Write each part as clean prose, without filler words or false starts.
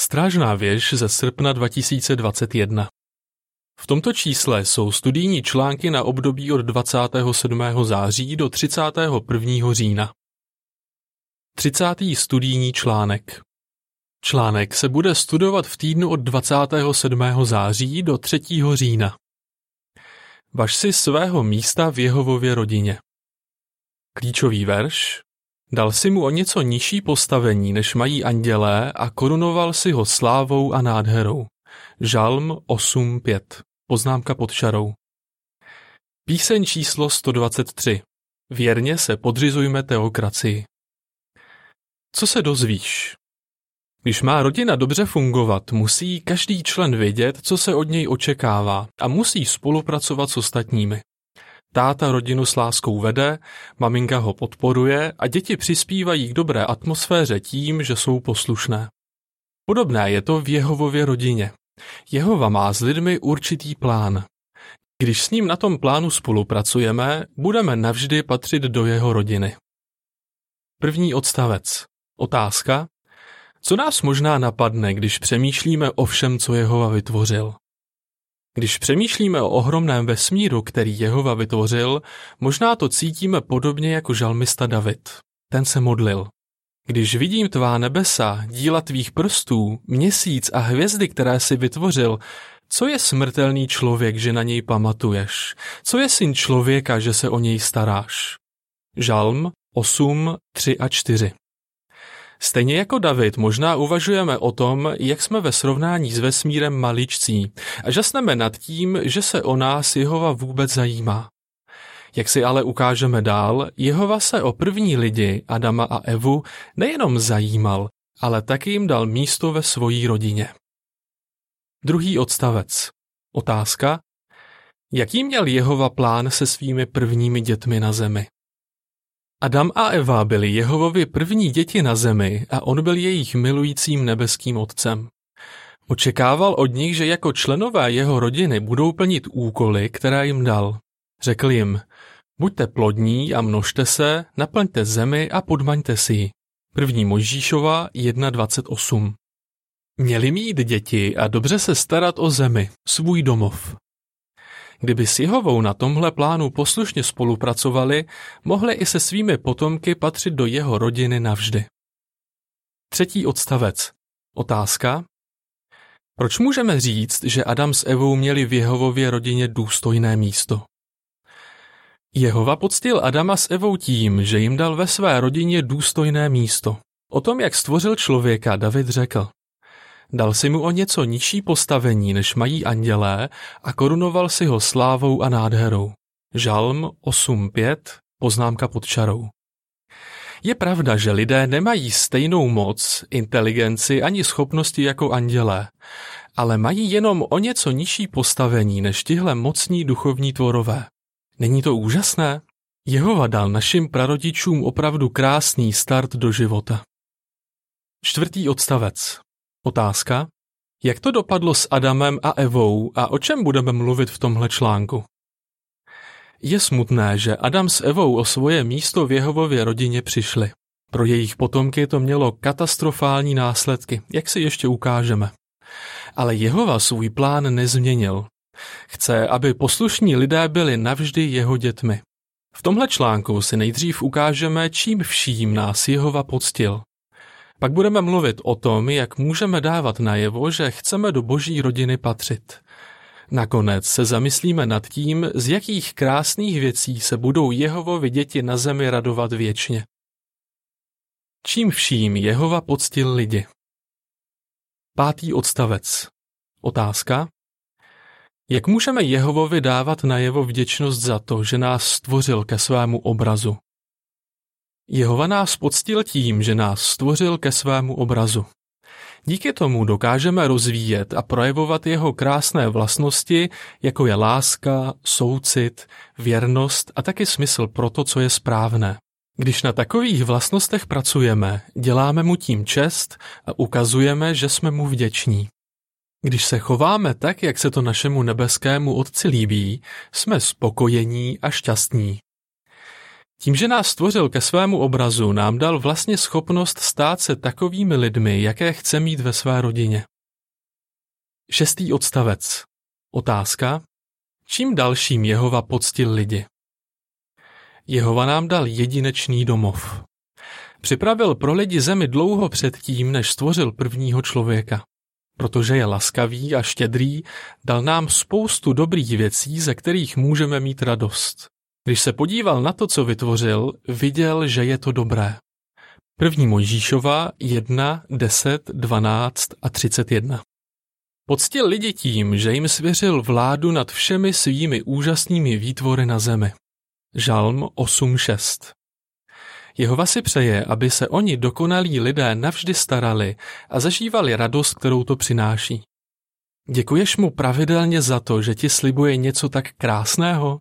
Strážná věž ze srpna 2021. V tomto čísle jsou studijní články na období od 27. září do 31. října. 30. studijní článek. Článek se bude studovat v týdnu od 27. září do 3. října. Važ si svého místa v Jehovově rodině. Klíčový verš. Dal si mu o něco nižší postavení, než mají andělé, a korunoval si ho slávou a nádherou. Žalm 8.5. Poznámka pod čarou. Píseň číslo 123. Věrně se podřizujme teokracii. Co se dozvíš? Když má rodina dobře fungovat, musí každý člen vědět, co se od něj očekává, a musí spolupracovat s ostatními. Táta rodinu s láskou vede, maminka ho podporuje a děti přispívají k dobré atmosféře tím, že jsou poslušné. Podobné je to v Jehovově rodině. Jehova má s lidmi určitý plán. Když s ním na tom plánu spolupracujeme, budeme navždy patřit do jeho rodiny. První odstavec. Otázka. Co nás možná napadne, když přemýšlíme o všem, co Jehova vytvořil? Když přemýšlíme o ohromném vesmíru, který Jehova vytvořil, možná to cítíme podobně jako žalmista David. Ten se modlil. Když vidím tvá nebesa, díla tvých prstů, měsíc a hvězdy, které jsi vytvořil, co je smrtelný člověk, že na něj pamatuješ? Co je syn člověka, že se o něj staráš? Žalm 8, 3 a 4. Stejně jako David možná uvažujeme o tom, jak jsme ve srovnání s vesmírem maličcí a žasneme nad tím, že se o nás Jehova vůbec zajímá. Jak si ale ukážeme dál, Jehova se o první lidi, Adama a Evu, nejenom zajímal, ale taky jim dal místo ve svojí rodině. Druhý odstavec. Otázka. Jaký měl Jehova plán se svými prvními dětmi na zemi? Adam a Eva byli Jehovovi první děti na zemi a on byl jejich milujícím nebeským otcem. Očekával od nich, že jako členové jeho rodiny budou plnit úkoly, které jim dal. Řekl jim, buďte plodní a množte se, naplňte zemi a podmaňte si ji. 1. Mojžíšova 1.28. Měli mít děti a dobře se starat o zemi, svůj domov. Kdyby s Jehovou na tomhle plánu poslušně spolupracovali, mohli i se svými potomky patřit do jeho rodiny navždy. Třetí odstavec. Otázka. Proč můžeme říct, že Adam s Evou měli v Jehovově rodině důstojné místo? Jehova poctil Adama s Evou tím, že jim dal ve své rodině důstojné místo. O tom, jak stvořil člověka, David řekl. Dal si mu o něco nižší postavení, než mají andělé, a korunoval si ho slávou a nádherou. Žalm 8.5, poznámka pod čarou. Je pravda, že lidé nemají stejnou moc, inteligenci ani schopnosti jako andělé, ale mají jenom o něco nižší postavení než tihle mocní duchovní tvorové. Není to úžasné? Jehova dal našim prarodičům opravdu krásný start do života. Čtvrtý odstavec. Otázka. Jak to dopadlo s Adamem a Evou a o čem budeme mluvit v tomhle článku? Je smutné, že Adam s Evou o svoje místo v Jehovově rodině přišli. Pro jejich potomky to mělo katastrofální následky, jak si ještě ukážeme. Ale Jehova svůj plán nezměnil. Chce, aby poslušní lidé byli navždy jeho dětmi. V tomhle článku si nejdřív ukážeme, čím vším nás Jehova poctil. Pak budeme mluvit o tom, jak můžeme dávat najevo, že chceme do boží rodiny patřit. Nakonec se zamyslíme nad tím, z jakých krásných věcí se budou Jehovovi děti na zemi radovat věčně. Čím vším Jehova poctil lidi? 5. odstavec. Otázka. Jak můžeme Jehovovi dávat najevo vděčnost za to, že nás stvořil ke svému obrazu? Jehova nás poctil tím, že nás stvořil ke svému obrazu. Díky tomu dokážeme rozvíjet a projevovat jeho krásné vlastnosti, jako je láska, soucit, věrnost a taky smysl pro to, co je správné. Když na takových vlastnostech pracujeme, děláme mu tím čest a ukazujeme, že jsme mu vděční. Když se chováme tak, jak se to našemu nebeskému Otci líbí, jsme spokojení a šťastní. Tím, že nás stvořil ke svému obrazu, nám dal vlastně schopnost stát se takovými lidmi, jaké chce mít ve své rodině. 6. odstavec. Otázka. Čím dalším Jehova poctil lidi? Jehova nám dal jedinečný domov. Připravil pro lidi zemi dlouho předtím, než stvořil prvního člověka. Protože je laskavý a štědrý, dal nám spoustu dobrých věcí, ze kterých můžeme mít radost. Když se podíval na to, co vytvořil, viděl, že je to dobré. 1. Mojžíšova 1, 10, 12 a 31. Poctil lidi tím, že jim svěřil vládu nad všemi svými úžasnými výtvory na zemi. Žalm 8.6. Jehova si přeje, aby se oni dokonalí lidé navždy starali a zažívali radost, kterou to přináší. Děkuješ mu pravidelně za to, že ti slibuje něco tak krásného?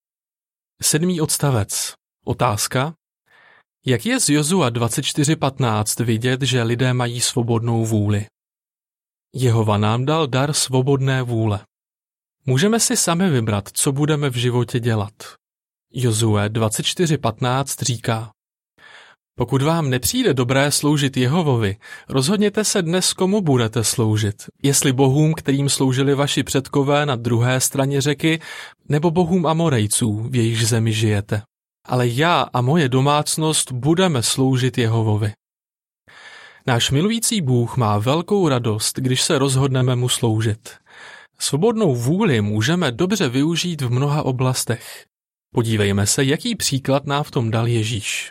7. odstavec. Otázka. Jak je z Jozua 24.15 vidět, že lidé mají svobodnou vůli? Jehova nám dal dar svobodné vůle. Můžeme si sami vybrat, co budeme v životě dělat. Jozue 24.15 říká: Pokud vám nepřijde dobré sloužit Jehovovi, rozhodněte se dnes, komu budete sloužit, jestli bohům, kterým sloužili vaši předkové na druhé straně řeky, nebo bohům Amorejců, v jejichž zemi žijete. Ale já a moje domácnost budeme sloužit Jehovovi. Náš milující Bůh má velkou radost, když se rozhodneme mu sloužit. Svobodnou vůli můžeme dobře využít v mnoha oblastech. Podívejme se, jaký příklad nám v tom dal Ježíš.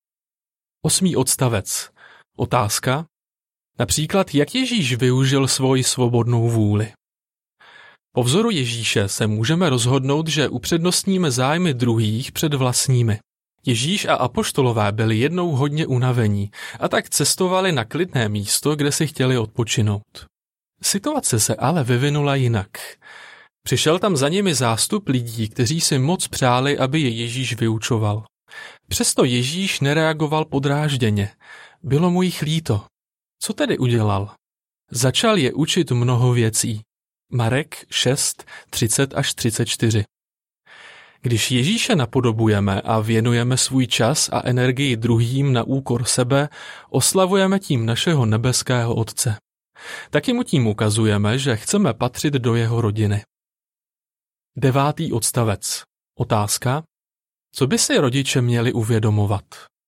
8. odstavec. Otázka. Například, jak Ježíš využil svoji svobodnou vůli? Po vzoru Ježíše se můžeme rozhodnout, že upřednostníme zájmy druhých před vlastními. Ježíš a apoštolové byli jednou hodně unavení a tak cestovali na klidné místo, kde si chtěli odpočinout. Situace se ale vyvinula jinak. Přišel tam za nimi zástup lidí, kteří si moc přáli, aby je Ježíš vyučoval. Přesto Ježíš nereagoval podrážděně. Bylo mu jich líto. Co tedy udělal? Začal je učit mnoho věcí. Marek 6, 30 až 34. Když Ježíše napodobujeme a věnujeme svůj čas a energii druhým na úkor sebe, oslavujeme tím našeho nebeského Otce. Taky mu tím ukazujeme, že chceme patřit do jeho rodiny. 9. odstavec. Otázka. Co by si rodiče měli uvědomovat?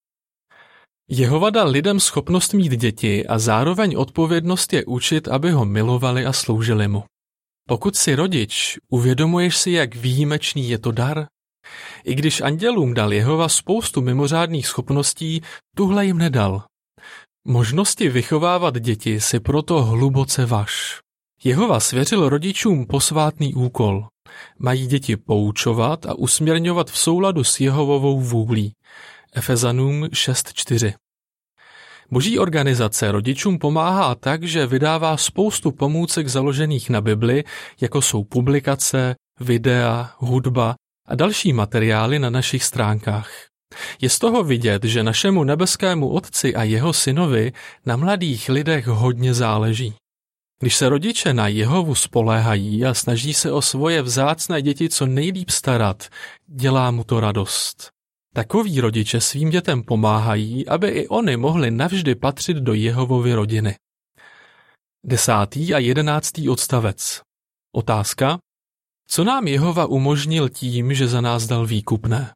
Jehova dal lidem schopnost mít děti a zároveň odpovědnost je učit, aby ho milovali a sloužili mu. Pokud jsi rodič, uvědomuješ si, jak výjimečný je to dar? I když andělům dal Jehova spoustu mimořádných schopností, tuhle jim nedal. Možnosti vychovávat děti si proto hluboce važ. Jehova svěřil rodičům posvátný úkol. Mají děti poučovat a usměrňovat v souladu s Jehovovou vůlí. Efezanům 6.4. Boží organizace rodičům pomáhá tak, že vydává spoustu pomůcek založených na Bibli, jako jsou publikace, videa, hudba a další materiály na našich stránkách. Je z toho vidět, že našemu nebeskému Otci a jeho synovi na mladých lidech hodně záleží. Když se rodiče na Jehovu spoléhají a snaží se o svoje vzácné děti co nejlíp starat, dělá mu to radost. Takoví rodiče svým dětem pomáhají, aby i oni mohli navždy patřit do Jehovovy rodiny. 10. a 11. odstavec. Otázka. Co nám Jehova umožnil tím, že za nás dal výkupné?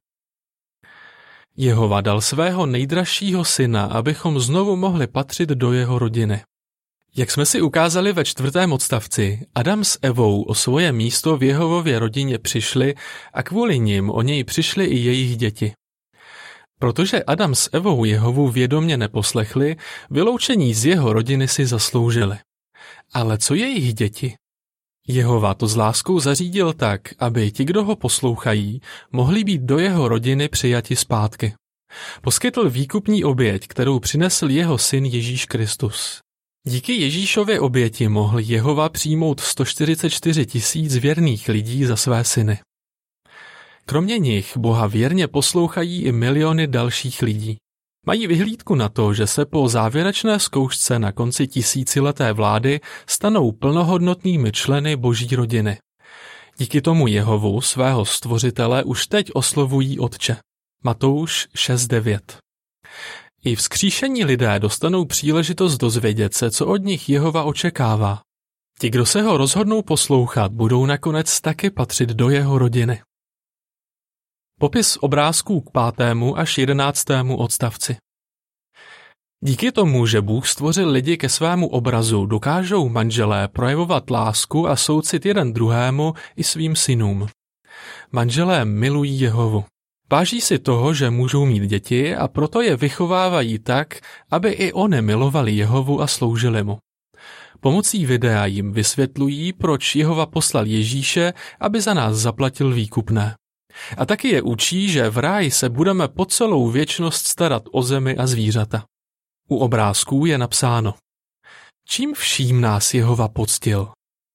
Jehova dal svého nejdražšího syna, abychom znovu mohli patřit do jeho rodiny. Jak jsme si ukázali ve 4. odstavci, Adam s Evou o svoje místo v Jehovově rodině přišli a kvůli nim o něj přišli i jejich děti. Protože Adam s Evou Jehovu vědomě neposlechli, vyloučení z jeho rodiny si zasloužili. Ale co jejich děti? Jehova to s láskou zařídil tak, aby ti, kdo ho poslouchají, mohli být do jeho rodiny přijati zpátky. Poskytl výkupní oběť, kterou přinesl jeho syn Ježíš Kristus. Díky Ježíšově oběti mohl Jehova přijmout 144 000 věrných lidí za své syny. Kromě nich Boha věrně poslouchají i miliony dalších lidí. Mají vyhlídku na to, že se po závěrečné zkoušce na konci tisícileté vlády stanou plnohodnotnými členy Boží rodiny. Díky tomu Jehovu, svého stvořitele, už teď oslovují Otče. Matouš 6.9. I vzkříšení lidé dostanou příležitost dozvědět se, co od nich Jehova očekává. Ti, kdo se ho rozhodnou poslouchat, budou nakonec taky patřit do jeho rodiny. Popis obrázků k 5. až 11. odstavci. Díky tomu, že Bůh stvořil lidi ke svému obrazu, dokážou manželé projevovat lásku a soucit jeden druhému i svým synům. Manželé milují Jehovu. Váží si toho, že můžou mít děti a proto je vychovávají tak, aby i oni milovali Jehovu a sloužili mu. Pomocí videa jim vysvětlují, proč Jehova poslal Ježíše, aby za nás zaplatil výkupné. A taky je učí, že v ráji se budeme po celou věčnost starat o zemi a zvířata. U obrázků je napsáno: Čím vším nás Jehova poctil?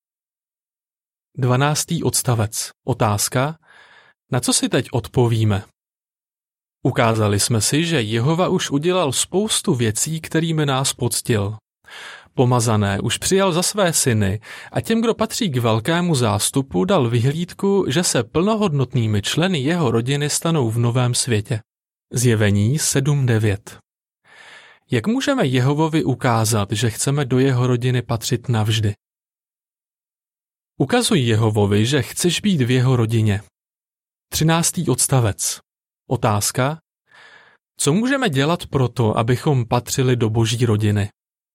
12. odstavec. Otázka: na co si teď odpovíme? Ukázali jsme si, že Jehova už udělal spoustu věcí, kterými nás poctil. Pomazané už přijal za své syny a těm, kdo patří k velkému zástupu, dal vyhlídku, že se plnohodnotnými členy jeho rodiny stanou v novém světě. Zjevení 7.9. Jak můžeme Jehovovi ukázat, že chceme do jeho rodiny patřit navždy? Ukazuj Jehovovi, že chceš být v jeho rodině. 13. odstavec. Otázka: co můžeme dělat proto, abychom patřili do Boží rodiny?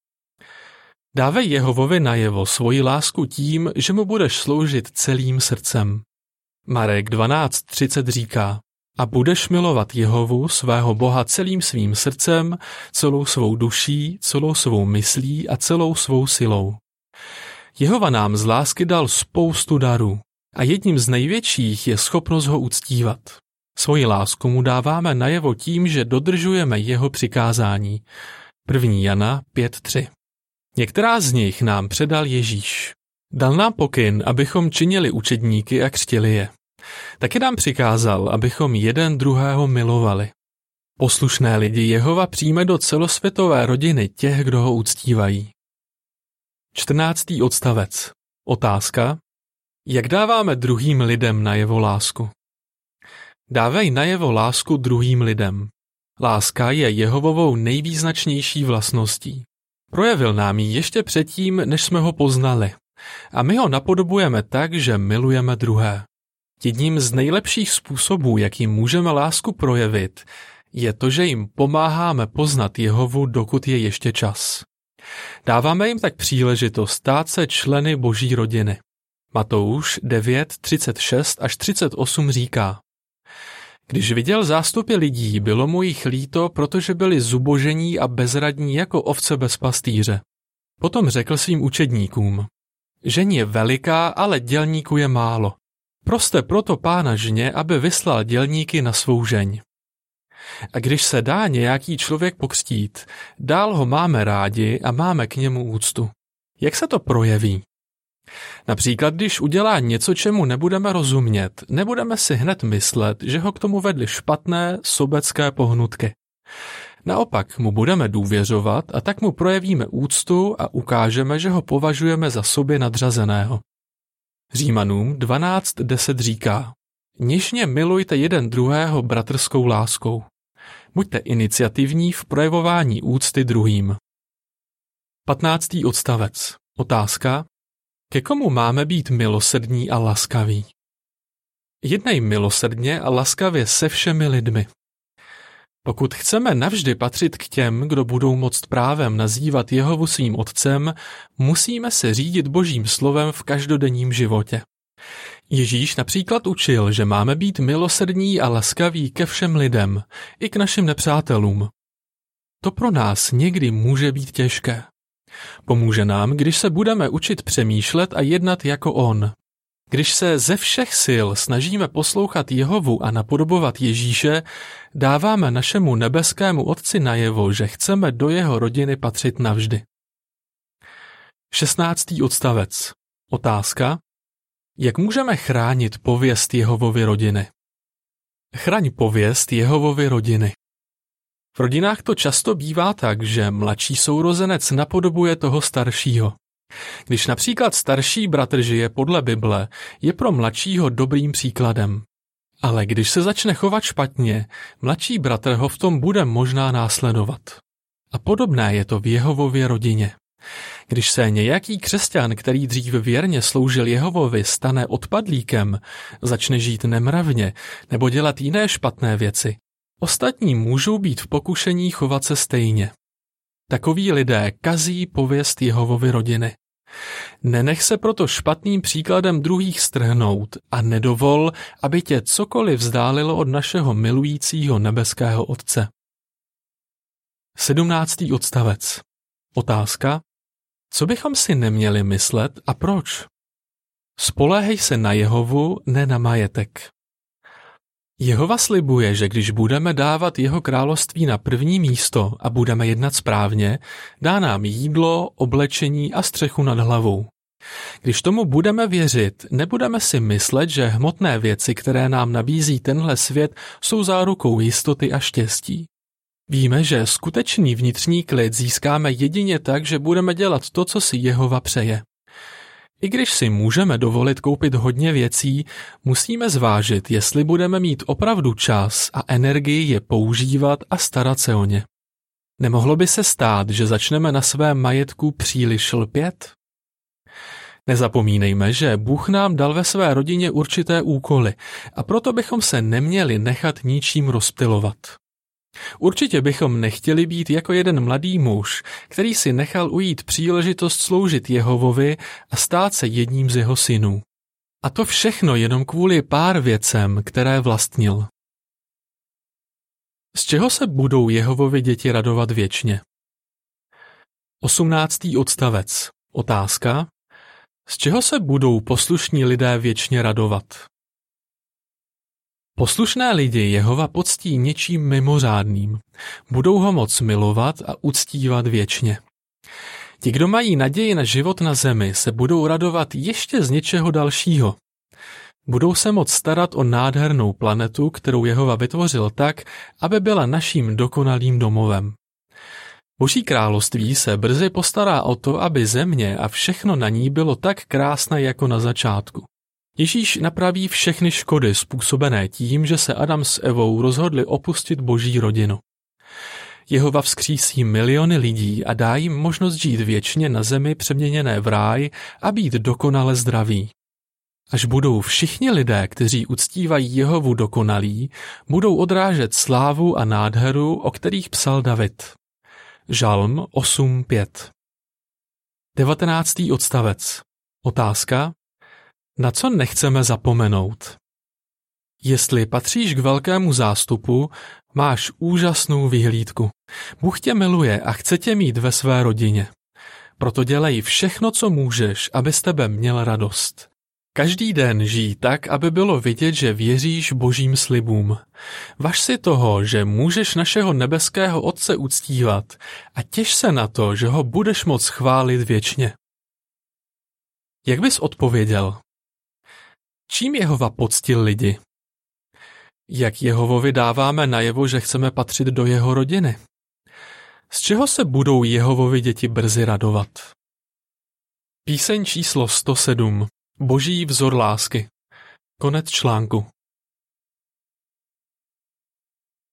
Dávej Jehovovi najevo svoji lásku tím, že mu budeš sloužit celým srdcem. Marek 12.30 říká: a budeš milovat Jehovu, svého Boha, celým svým srdcem, celou svou duší, celou svou myslí a celou svou silou. Jehova nám z lásky dal spoustu darů a jedním z největších je schopnost ho uctívat. Svoji lásku mu dáváme najevo tím, že dodržujeme jeho přikázání. 1. Jana 5.3. Některá z nich nám předal Ježíš. Dal nám pokyn, abychom činili učedníky a křtili je. Taky nám přikázal, abychom jeden druhého milovali. Poslušné lidi Jehova přijme do celosvětové rodiny těch, kdo ho uctívají. 14. odstavec. Otázka: jak dáváme druhým lidem najevo lásku? Dávej najevo lásku druhým lidem. Láska je Jehovovou nejvýznačnější vlastností. Projevil nám ji ještě předtím, než jsme ho poznali. A my ho napodobujeme tak, že milujeme druhé. Jedním z nejlepších způsobů, jakým můžeme lásku projevit, je to, že jim pomáháme poznat Jehovu, dokud je ještě čas. Dáváme jim tak příležitost stát se členy Boží rodiny. Matouš 9.36 až 38 říká: Když viděl zástupy lidí, bylo mu jich líto, protože byli zubožení a bezradní jako ovce bez pastýře. Potom řekl svým učedníkům: Žeň je veliká, ale dělníků je málo. Proste proto Pána žně, aby vyslal dělníky na svou žeň. A když se dá nějaký člověk pokřtít, dál ho máme rádi a máme k němu úctu. Jak se to projeví? Například, když udělá něco, čemu nebudeme rozumět, nebudeme si hned myslet, že ho k tomu vedly špatné, sobecké pohnutky. Naopak mu budeme důvěřovat a tak mu projevíme úctu a ukážeme, že ho považujeme za sobě nadřazeného. Římanům 12.10 říká: Něžně milujte jeden druhého bratrskou láskou. Buďte iniciativní v projevování úcty druhým. 15. odstavec. Otázka: ke komu máme být milosrdní a laskaví? Jednej milosrdně a laskavě se všemi lidmi. Pokud chceme navždy patřit k těm, kdo budou moct právem nazývat Jehovu svým otcem, musíme se řídit Božím slovem v každodenním životě. Ježíš například učil, že máme být milosrdní a laskaví ke všem lidem, i k našim nepřátelům. To pro nás někdy může být těžké. Pomůže nám, když se budeme učit přemýšlet a jednat jako on. Když se ze všech sil snažíme poslouchat Jehovu a napodobovat Ježíše, dáváme našemu nebeskému Otci najevo, že chceme do jeho rodiny patřit navždy. 16. odstavec. Otázka: jak můžeme chránit pověst Jehovovy rodiny? Chraň pověst Jehovovy rodiny. V rodinách to často bývá tak, že mladší sourozenec napodobuje toho staršího. Když například starší bratr žije podle Bible, je pro mladšího dobrým příkladem. Ale když se začne chovat špatně, mladší bratr ho v tom bude možná následovat. A podobné je to v Jehovově rodině. Když se nějaký křesťan, který dřív věrně sloužil Jehovovi, stane odpadlíkem, začne žít nemravně nebo dělat jiné špatné věci, ostatní můžou být v pokušení chovat se stejně. Takoví lidé kazí pověst Jehovovy rodiny. Nenech se proto špatným příkladem druhých strhnout a nedovol, aby tě cokoliv vzdálilo od našeho milujícího nebeského Otce. 17. odstavec. Otázka. Co bychom si neměli myslet a proč? Spoléhej se na Jehovu, ne na majetek. Jehova slibuje, že když budeme dávat jeho království na první místo a budeme jednat správně, dá nám jídlo, oblečení a střechu nad hlavou. Když tomu budeme věřit, nebudeme si myslet, že hmotné věci, které nám nabízí tenhle svět, jsou zárukou jistoty a štěstí. Víme, že skutečný vnitřní klid získáme jedině tak, že budeme dělat to, co si Jehova přeje. I když si můžeme dovolit koupit hodně věcí, musíme zvážit, jestli budeme mít opravdu čas a energii je používat a starat se o ně. Nemohlo by se stát, že začneme na svém majetku příliš lpět? Nezapomínejme, že Bůh nám dal ve své rodině určité úkoly a proto bychom se neměli nechat ničím rozptylovat. Určitě bychom nechtěli být jako jeden mladý muž, který si nechal ujít příležitost sloužit Jehovovi a stát se jedním z jeho synů. A to všechno jenom kvůli pár věcem, které vlastnil. Z čeho se budou Jehovovi děti radovat věčně? 18. odstavec. Otázka. Z čeho se budou poslušní lidé věčně radovat? Poslušné lidi Jehova poctí něčím mimořádným. Budou ho moc milovat a uctívat věčně. Ti, kdo mají naději na život na zemi, se budou radovat ještě z něčeho dalšího. Budou se moc starat o nádhernou planetu, kterou Jehova vytvořil tak, aby byla naším dokonalým domovem. Boží království se brzy postará o to, aby země a všechno na ní bylo tak krásné jako na začátku. Ježíš napraví všechny škody způsobené tím, že se Adam s Evou rozhodli opustit Boží rodinu. Jehova vzkřísí miliony lidí a dá jim možnost žít věčně na zemi přeměněné v ráj a být dokonale zdraví. Až budou všichni lidé, kteří uctívají Jehovu dokonalí, budou odrážet slávu a nádheru, o kterých psal David. Žalm 8.5. 19. odstavec. Otázka. Na co nechceme zapomenout? Jestli patříš k velkému zástupu, máš úžasnou vyhlídku. Bůh tě miluje a chce tě mít ve své rodině. Proto dělej všechno, co můžeš, aby z tebe měl radost. Každý den žij tak, aby bylo vidět, že věříš Božím slibům. Važ si toho, že můžeš našeho nebeského Otce uctívat a těš se na to, že ho budeš moc chválit věčně. Jak bys odpověděl? Čím Jehova poctil lidi? Jak Jehovovi dáváme najevo, že chceme patřit do jeho rodiny? Z čeho se budou Jehovovi děti brzy radovat? Píseň číslo 107. Boží vzor lásky. Konec článku.